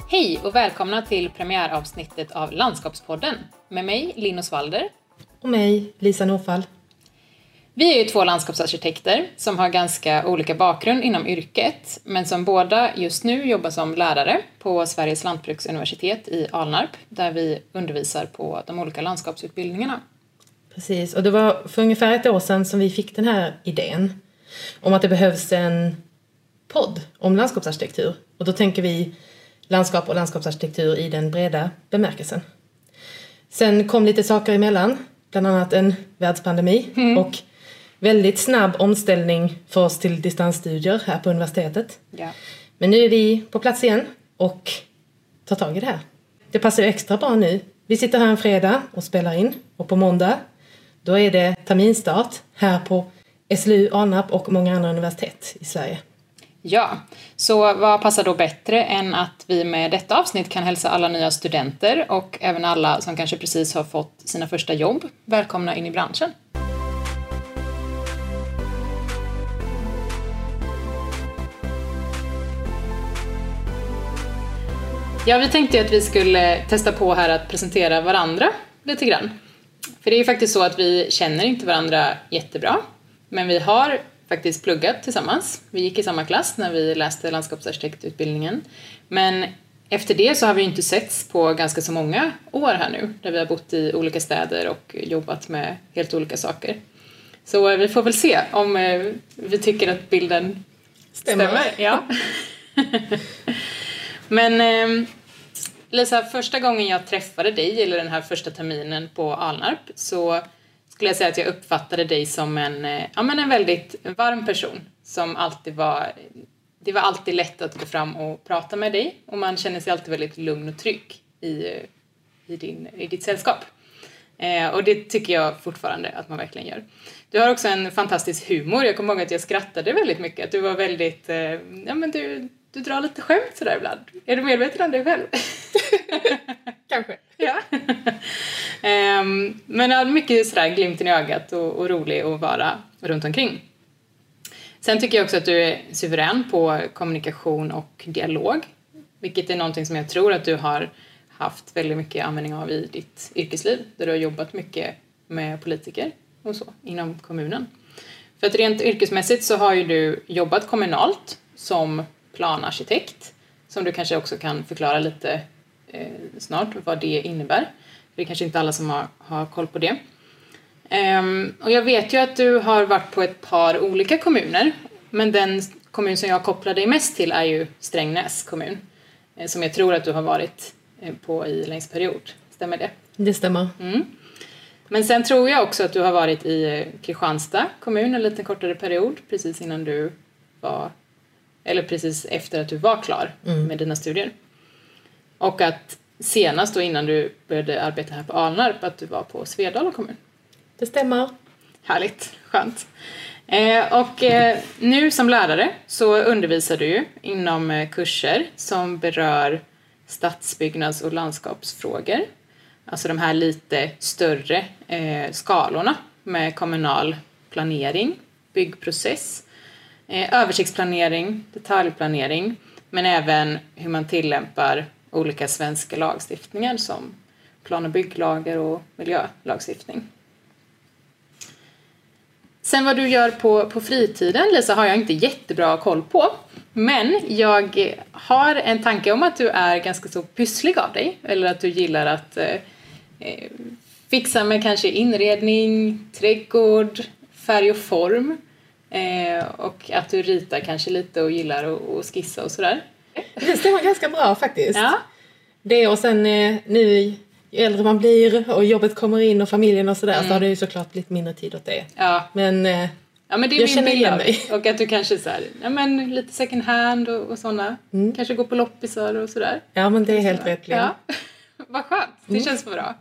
Hej och välkomna till premiäravsnittet av Landskapspodden med mig, Linn Osvalder. Och mig, Lisa Norfall. Vi är ju 2 landskapsarkitekter som har ganska olika bakgrund inom yrket, men som båda just nu jobbar som lärare på Sveriges lantbruksuniversitet i Alnarp, där vi undervisar på de olika landskapsutbildningarna. Precis, och det var för ungefär ett år sedan som vi fick den här idén om att det behövs en podd om landskapsarkitektur. Och då tänker vi landskap och landskapsarkitektur i den breda bemärkelsen. Sen kom lite saker emellan, bland annat en världspandemi och väldigt snabb omställning för oss till distansstudier här på universitetet. Ja. Men nu är vi på plats igen och tar tag i det här. Det passar ju extra bra nu. Vi sitter här en fredag och spelar in, och på måndag då är det terminstart här på SLU, Alnarp och många andra universitet i Sverige. Ja, så vad passar då bättre än att vi med detta avsnitt kan hälsa alla nya studenter och även alla som kanske precis har fått sina första jobb välkomna in i branschen. Ja, vi tänkte att vi skulle testa på här att presentera varandra lite grann. För det är ju faktiskt så att vi känner inte varandra jättebra, men vi har faktiskt pluggat tillsammans. Vi gick i samma klass när vi läste landskapsarkitektutbildningen. Men efter det så har vi inte setts på ganska så många år här nu, där vi har bott i olika städer och jobbat med helt olika saker. Så vi får väl se om vi tycker att bilden stämmer. Ja. Men Lisa, första gången jag träffade dig, eller den här första terminen på Alnarp, så skulle jag säga att jag uppfattade dig som en väldigt varm person som alltid det var alltid lätt att gå fram och prata med dig, och man känner sig alltid väldigt lugn och trygg i ditt sällskap. Och det tycker jag fortfarande att man verkligen gör. Du har också en fantastisk humor. Jag kommer ihåg att jag skrattade väldigt mycket. Att du var väldigt, du drar lite skämt sådär ibland. Är du medveten om det själv? Kanske. Ja. Men mycket sådär glimten i ögat och rolig att vara runt omkring. Sen tycker jag också att du är suverän på kommunikation och dialog. Vilket är någonting som jag tror att du har haft väldigt mycket användning av i ditt yrkesliv. Där du har jobbat mycket med politiker och så inom kommunen. För att rent yrkesmässigt så har ju du jobbat kommunalt som planarkitekt. Som du kanske också kan förklara lite snart vad det innebär. För det är kanske inte alla som har koll på det. Och jag vet ju att du har varit på ett par olika kommuner. Men den kommun som jag kopplar dig mest till är ju Strängnäs kommun. Som jag tror att du har varit på i längst period. Stämmer det? Det stämmer. Men sen tror jag också att du har varit i Kristianstad kommun en lite kortare period. Precis innan du var, eller precis efter att du var klar med dina studier. Och att senast då innan du började arbeta här på Alnarp att du var på Svedala kommun. Det stämmer. Härligt, skönt. Och nu som lärare så undervisar du ju inom kurser som berör stadsbyggnads- och landskapsfrågor. Alltså de här lite större skalorna med kommunal planering, byggprocess, översiktsplanering, detaljplanering, men även hur man tillämpar olika svenska lagstiftningar som plan- och bygglagar och miljölagstiftning. Sen vad du gör på fritiden, Lisa, har jag inte jättebra koll på. Men jag har en tanke om att du är ganska så pysslig av dig. Eller att du gillar att fixa med kanske inredning, trädgård, färg och form. Och att du ritar kanske lite och gillar att skissa och sådär. Det stämmer ganska bra faktiskt. Ja. Det, och sen nu ju äldre man blir och jobbet kommer in och familjen och sådär, så har det ju såklart blivit mindre tid åt det. Ja. Men det är jag min känner igen bild. mig. Och att du kanske så här, lite second hand och sådana. Kanske gå på loppisar och sådär. Ja, men det är helt rätt. Ja. Vad skönt, det känns bra.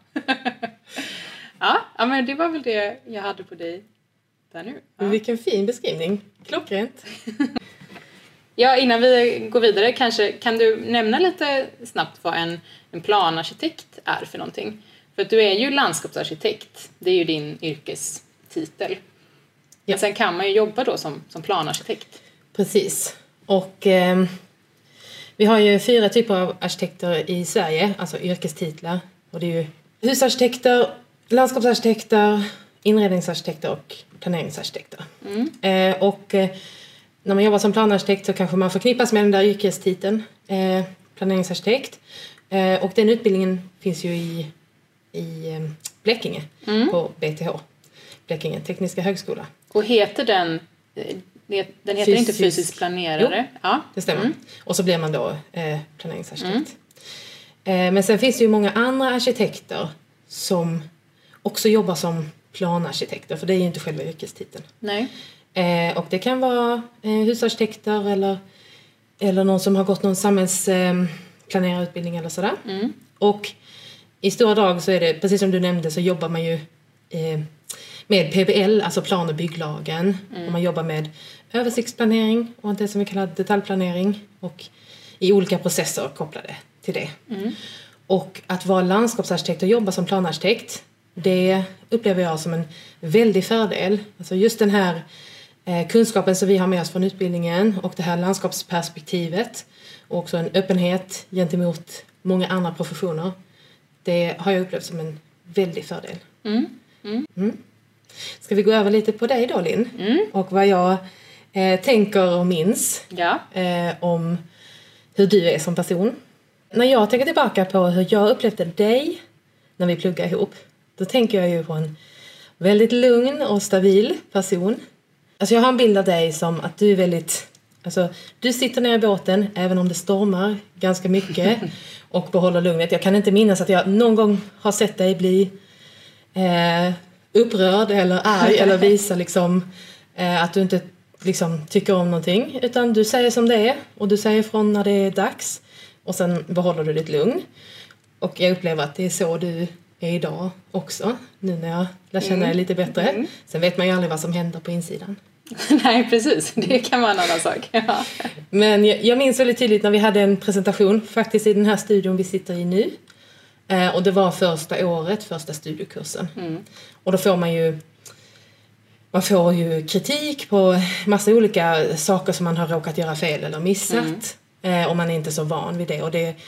Ja, men det var väl det jag hade på dig där nu. Ja. Vilken fin beskrivning. Klockrent. Ja, innan vi går vidare kanske kan du nämna lite snabbt vad en planarkitekt är för någonting. För att du är ju landskapsarkitekt. Det är ju din yrkestitel. Ja. Men sen kan man ju jobba då som planarkitekt. Precis. Och Vi har ju 4 typer av arkitekter i Sverige, alltså yrkestitlar. Och det är ju husarkitekter, landskapsarkitekter, inredningsarkitekter och planeringsarkitekter. När man jobbar som planarkitekt så kanske man förknippas med den där yrkestiteln, planeringsarkitekt. Och den utbildningen finns ju i Blekinge på BTH, Blekinge Tekniska Högskola. Och heter den heter inte fysisk planerare? Jo, ja, det stämmer. Och så blir man då planeringsarkitekt. Men sen finns det ju många andra arkitekter som också jobbar som planarkitekter, för det är ju inte själva yrkestiteln. Nej. Och det kan vara husarkitekter eller någon som har gått någon samhällsplanerarutbildning eller sådär. Och i stora drag så är det, precis som du nämnde, så jobbar man ju med PBL, alltså plan- och bygglagen. Och man jobbar med översiktsplanering och det som vi kallar detaljplanering. Och i olika processer kopplade till det. Och att vara landskapsarkitekt och jobba som planarkitekt, det upplever jag som en väldig fördel. Alltså just den här kunskapen som vi har med oss från utbildningen och det här landskapsperspektivet och också en öppenhet gentemot många andra professioner. Det har jag upplevt som en väldig fördel. Ska vi gå över lite på dig då, Linn? Och vad jag tänker och minns om hur du är som person. När jag tänker tillbaka på hur jag upplevde dig när vi pluggade ihop, då tänker jag ju på en väldigt lugn och stabil person. Alltså jag har en bild av dig som att du är väldigt... Alltså, du sitter ner i båten även om det stormar ganska mycket och behåller lugnet. Jag kan inte minnas att jag någon gång har sett dig bli upprörd eller arg eller visa liksom, att du inte liksom, tycker om någonting. Utan du säger som det är och du säger från när det är dags och sen behåller du ditt lugn. Och jag upplever att det är så du är idag också, nu när jag lär känna dig lite bättre. Sen vet man ju aldrig vad som händer på insidan. Nej, precis. Det kan vara en annan sak. Ja. Men jag minns väldigt tydligt när vi hade en presentation faktiskt i den här studion vi sitter i nu. Och det var första studiekursen. Och då får man får ju kritik på massa olika saker som man har råkat göra fel eller missat. Och man är inte så van vid det. Och det är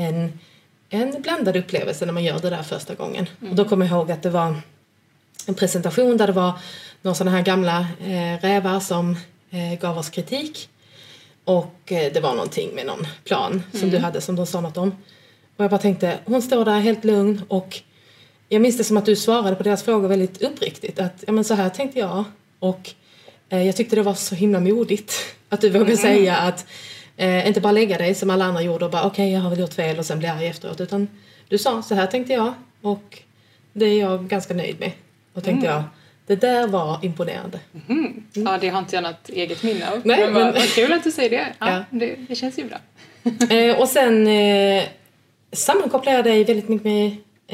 en blandad upplevelse när man gör det där första gången. Och då kommer jag ihåg att det var en presentation där det var några sådana här gamla rävar som gav oss kritik. Och det var någonting med någon plan som du hade som de sa något om. Och jag bara tänkte, hon står där helt lugn och jag minns det som att du svarade på deras frågor väldigt uppriktigt. Att ja, men så här tänkte jag. Och jag tyckte det var så himla modigt att du vågade säga att inte bara lägga dig som alla andra gjorde och bara okej, jag har väl gjort fel och sen blir jag arg efteråt. Utan du sa, så här tänkte jag och det är jag ganska nöjd med. Och tänkte jag, det där var imponerande. Ja, det har inte jag något eget minne av. Nej, men vad kul att du säger det. Ja, det känns ju bra. Och sen sammankopplar jag dig väldigt mycket med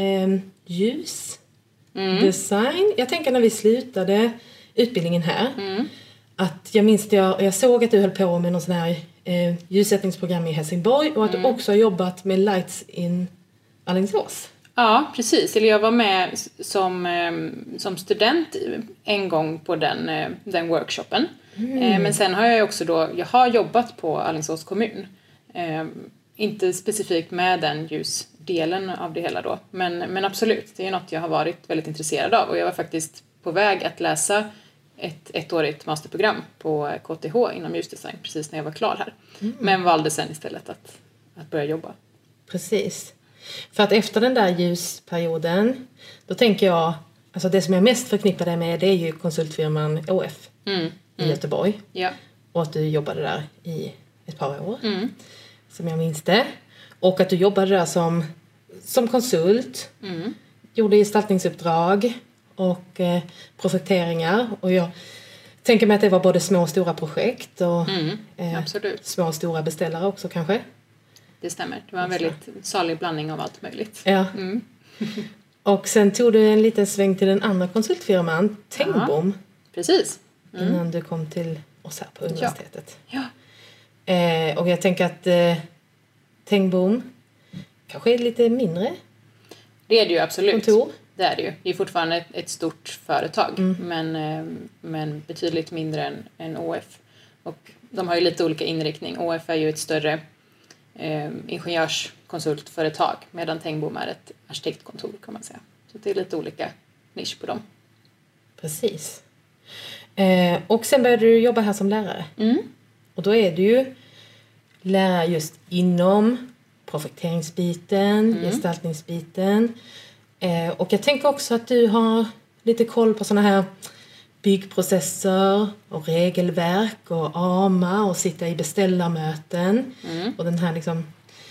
ljus, design. Jag tänker när vi slutade utbildningen här. Att jag minns att jag såg att du höll på med någon sån här ljussättningsprogram i Helsingborg. Och att du också har jobbat med Lights in Alingsås. Ja, precis. Eller jag var med som student en gång på den workshopen. Men sen har jag också jag har jobbat på Alingsås kommun. Inte specifikt med den ljusdelen av det hela då. Men absolut, det är något jag har varit väldigt intresserad av. Och jag var faktiskt på väg att läsa ett ettårigt masterprogram på KTH inom ljusdesign precis när jag var klar här. Men valde sen istället att börja jobba. Precis. För att efter den där ljusperioden, då tänker jag, alltså det som jag mest förknippar det med, det är ju konsultfirman ÅF i Göteborg. Ja. Och att du jobbade där i ett par år, som jag minns det. Och att du jobbade där som konsult, gjorde gestaltningsuppdrag och projekteringar. Och jag tänker mig att det var både små och stora projekt och små och stora beställare också kanske. Det stämmer. Det var en väldigt salig blandning av allt möjligt. Ja. Och sen tog du en liten sväng till den andra konsultfirman, Tengbom. Precis. Innan du kom till oss här på universitetet. Ja. Och jag tänker att Tengbom kanske är lite mindre. Det är det ju absolut. Kontor. Det är det ju. Det är fortfarande ett stort företag. Men betydligt mindre än ÅF. Och de har ju lite olika inriktning. ÅF är ju ett större ingenjörskonsultföretag, medan Tengbom är ett arkitektkontor kan man säga. Så det är lite olika nisch på dem. Precis. Och sen började du jobba här som lärare. Och då är du ju lärare just inom projekteringsbiten, gestaltningsbiten. Och jag tänker också att du har lite koll på såna här byggprocesser och regelverk och AMA och sitta i beställarmöten. Och den här liksom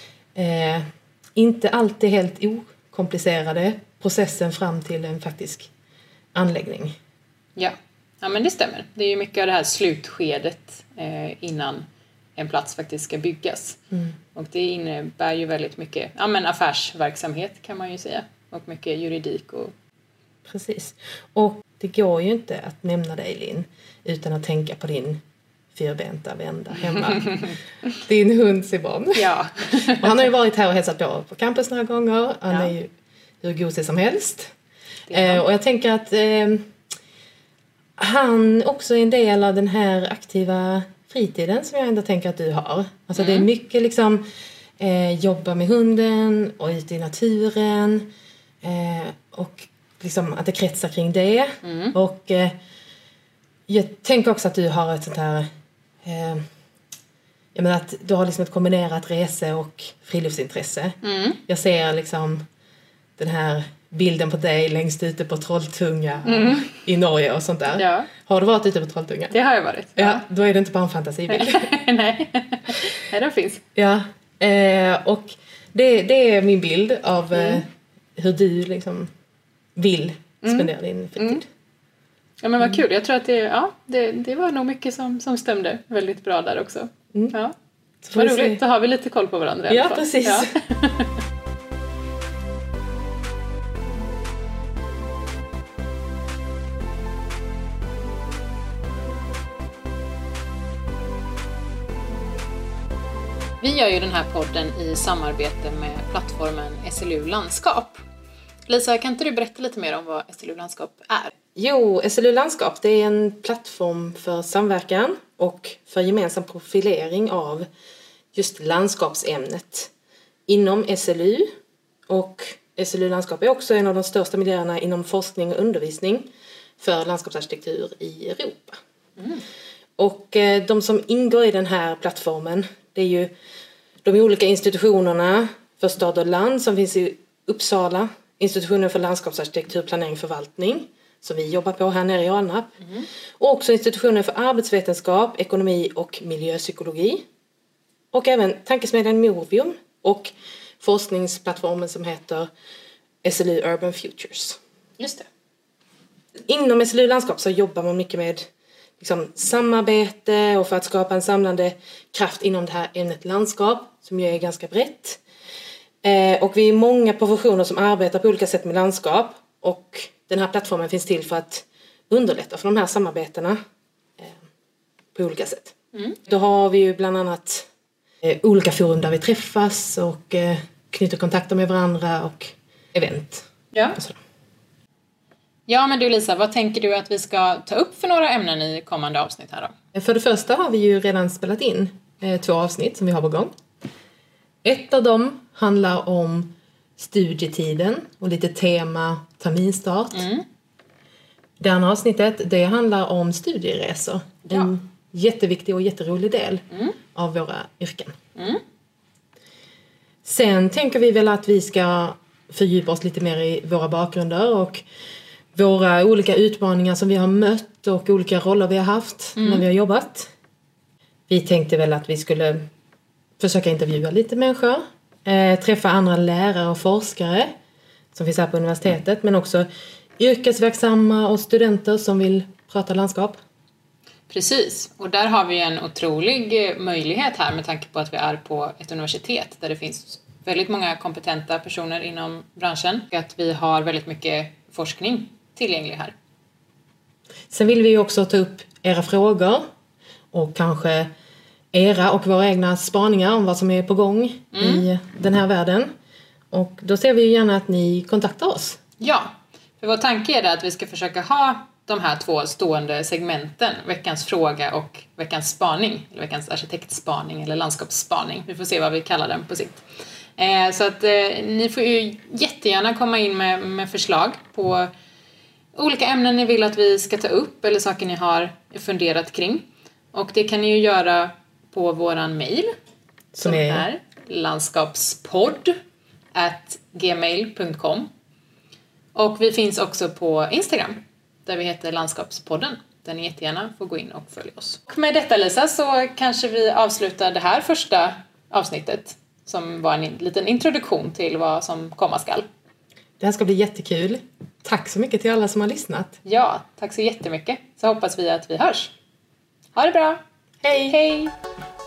inte alltid helt okomplicerade processen fram till en faktisk anläggning. Ja, men det stämmer. Det är ju mycket av det här slutskedet innan en plats faktiskt ska byggas. Och det innebär ju väldigt mycket affärsverksamhet kan man ju säga. Och mycket juridik. Precis. Och det går ju inte att nämna dig, Linn, utan att tänka på din fyrbenta vända hemma. Din hund Simon. Ja. Och han har ju varit här och hälsat på campus några gånger. Han är ju hur gosig som helst. Och jag tänker att han också är en del av den här aktiva fritiden som jag ändå tänker att du har. Alltså det är mycket liksom jobba med hunden och ute i naturen. Och liksom att det kretsar kring det. Och jag tänker också att du har ett sånt här jag menar att du har liksom ett kombinerat rese- och friluftsintresse. Jag ser liksom den här bilden på dig längst ute på Trolltunga i Norge och sånt där. Ja. Har du varit ute på Trolltunga? Det har jag varit. Ja, då är det inte bara en fantasibild. Nej, det finns. Ja, och det är min bild av hur du liksom vill spendera din fritid. Ja, men vad kul. Jag tror att det var nog mycket som stämde väldigt bra där också. Ja. Vad roligt. Då har vi lite koll på varandra i alla fall. Precis. Ja. Vi gör ju den här podden i samarbete med plattformen SLU Landskap. Lisa, kan inte du berätta lite mer om vad SLU Landskap är? Jo, SLU Landskap det är en plattform för samverkan och för gemensam profilering av just landskapsämnet inom SLU. Och SLU Landskap är också en av de största miljöerna inom forskning och undervisning för landskapsarkitektur i Europa. Och de som ingår i den här plattformen, det är ju de olika institutionerna för stad och land som finns i Uppsala, institutionen för landskapsarkitektur, planering och förvaltning som vi jobbar på här nere i Alnarp. Och också institutionen för arbetsvetenskap, ekonomi och miljöpsykologi. Och även tankesmedjan Movium och forskningsplattformen som heter SLU Urban Futures. Just det. Inom SLU Landskap så jobbar man mycket med liksom samarbete och för att skapa en samlande kraft inom det här ämnet landskap som ju är ganska brett. Och vi är många professioner som arbetar på olika sätt med landskap och den här plattformen finns till för att underlätta för de här samarbetena på olika sätt. Då har vi ju bland annat olika forum där vi träffas och knyter kontakter med varandra och event. Ja. Och sådär. Ja, men du Lisa, vad tänker du att vi ska ta upp för några ämnen i kommande avsnitt här då? För det första har vi ju redan spelat in 2 avsnitt som vi har på gång. Ett av dem handlar om studietiden och lite tema terminstart. Det andra avsnittet det handlar om studieresor. Ja. En jätteviktig och jätterolig del av våra yrken. Sen tänker vi väl att vi ska fördjupa oss lite mer i våra bakgrunder och våra olika utmaningar som vi har mött och olika roller vi har haft när vi har jobbat. Vi tänkte väl att vi skulle försöka intervjua lite människor, träffa andra lärare och forskare som finns här på universitetet, men också yrkesverksamma och studenter som vill prata landskap. Precis, och där har vi en otrolig möjlighet här med tanke på att vi är på ett universitet där det finns väldigt många kompetenta personer inom branschen och att vi har väldigt mycket forskning tillgänglig här. Sen vill vi ju också ta upp era frågor och kanske era och våra egna spaningar om vad som är på gång i den här världen. Och då ser vi ju gärna att ni kontaktar oss. Ja, för vår tanke är att vi ska försöka ha de här 2 stående segmenten, veckans fråga och veckans spaning, eller veckans arkitektspaning eller landskapsspaning. Vi får se vad vi kallar den på sikt. Så att ni får ju jättegärna komma in med förslag på olika ämnen ni vill att vi ska ta upp eller saker ni har funderat kring. Och det kan ni ju göra på våran mail som är landskapspodd@gmail.com. Och vi finns också på Instagram där vi heter Landskapspodden. Där ni jättegärna får gå in och följa oss. Och med detta, Lisa, så kanske vi avslutar det här första avsnittet som var en liten introduktion till vad som komma skall. Det här ska bli jättekul. Tack så mycket till alla som har lyssnat. Ja, tack så jättemycket. Så hoppas vi att vi hörs. Ha det bra. Hej! Hej!